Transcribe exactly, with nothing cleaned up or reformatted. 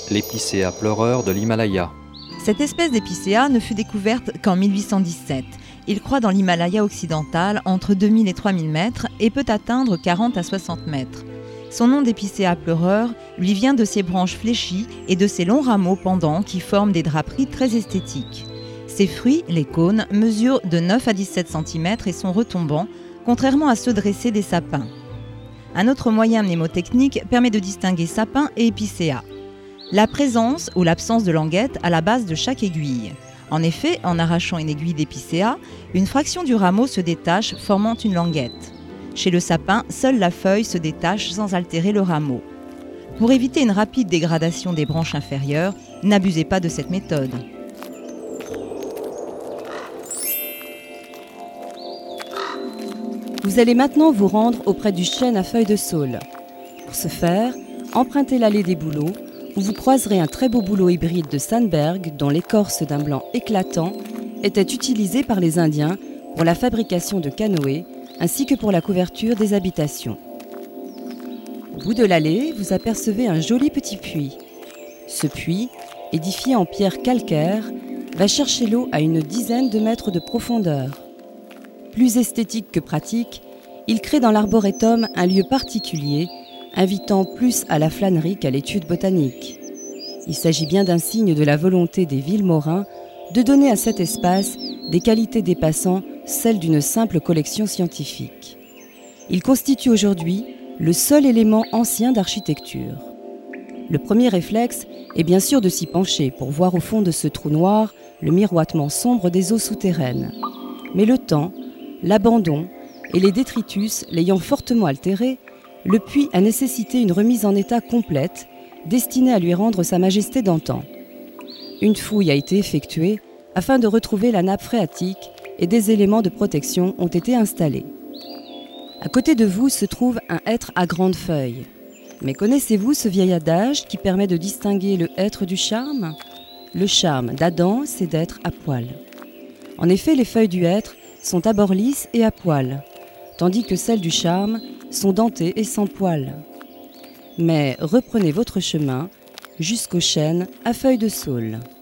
l'épicéa pleureur de l'Himalaya. Cette espèce d'épicéa ne fut découverte qu'en mille huit cent dix-sept. Il croît dans l'Himalaya occidental entre deux mille et trois mille mètres et peut atteindre quarante à soixante mètres. Son nom d'épicéa pleureur lui vient de ses branches fléchies et de ses longs rameaux pendants qui forment des draperies très esthétiques. Ses fruits, les cônes, mesurent de neuf à dix-sept centimètres et sont retombants, contrairement à ceux dressés des sapins. Un autre moyen mnémotechnique permet de distinguer sapin et épicéa. La présence ou l'absence de languette à la base de chaque aiguille. En effet, en arrachant une aiguille d'épicéa, une fraction du rameau se détache, formant une languette. Chez le sapin, seule la feuille se détache sans altérer le rameau. Pour éviter une rapide dégradation des branches inférieures, n'abusez pas de cette méthode. Vous allez maintenant vous rendre auprès du chêne à feuilles de saule. Pour ce faire, empruntez l'allée des bouleaux, où vous croiserez un très beau bouleau hybride de Sandberg dont l'écorce d'un blanc éclatant était utilisée par les Indiens pour la fabrication de canoës ainsi que pour la couverture des habitations. Au bout de l'allée, vous apercevez un joli petit puits. Ce puits, édifié en pierre calcaire, va chercher l'eau à une dizaine de mètres de profondeur. Plus esthétique que pratique, il crée dans l'arboretum un lieu particulier, invitant plus à la flânerie qu'à l'étude botanique. Il s'agit bien d'un signe de la volonté des Villemorins de donner à cet espace des qualités dépassant celles d'une simple collection scientifique. Il constitue aujourd'hui le seul élément ancien d'architecture. Le premier réflexe est bien sûr de s'y pencher pour voir au fond de ce trou noir le miroitement sombre des eaux souterraines. Mais le temps, l'abandon et les détritus l'ayant fortement altéré, le puits a nécessité une remise en état complète, destinée à lui rendre sa majesté d'antan. Une fouille a été effectuée afin de retrouver la nappe phréatique et des éléments de protection ont été installés. À côté de vous se trouve un hêtre à grandes feuilles. Mais connaissez-vous ce vieil adage qui permet de distinguer le hêtre du charme ? Le charme d'Adam, c'est d'être à poil. En effet, les feuilles du hêtre sont à bords lisses et à poil, tandis que celles du charme sont dentées et sans poils. Mais reprenez votre chemin jusqu'au chêne à feuilles de saule.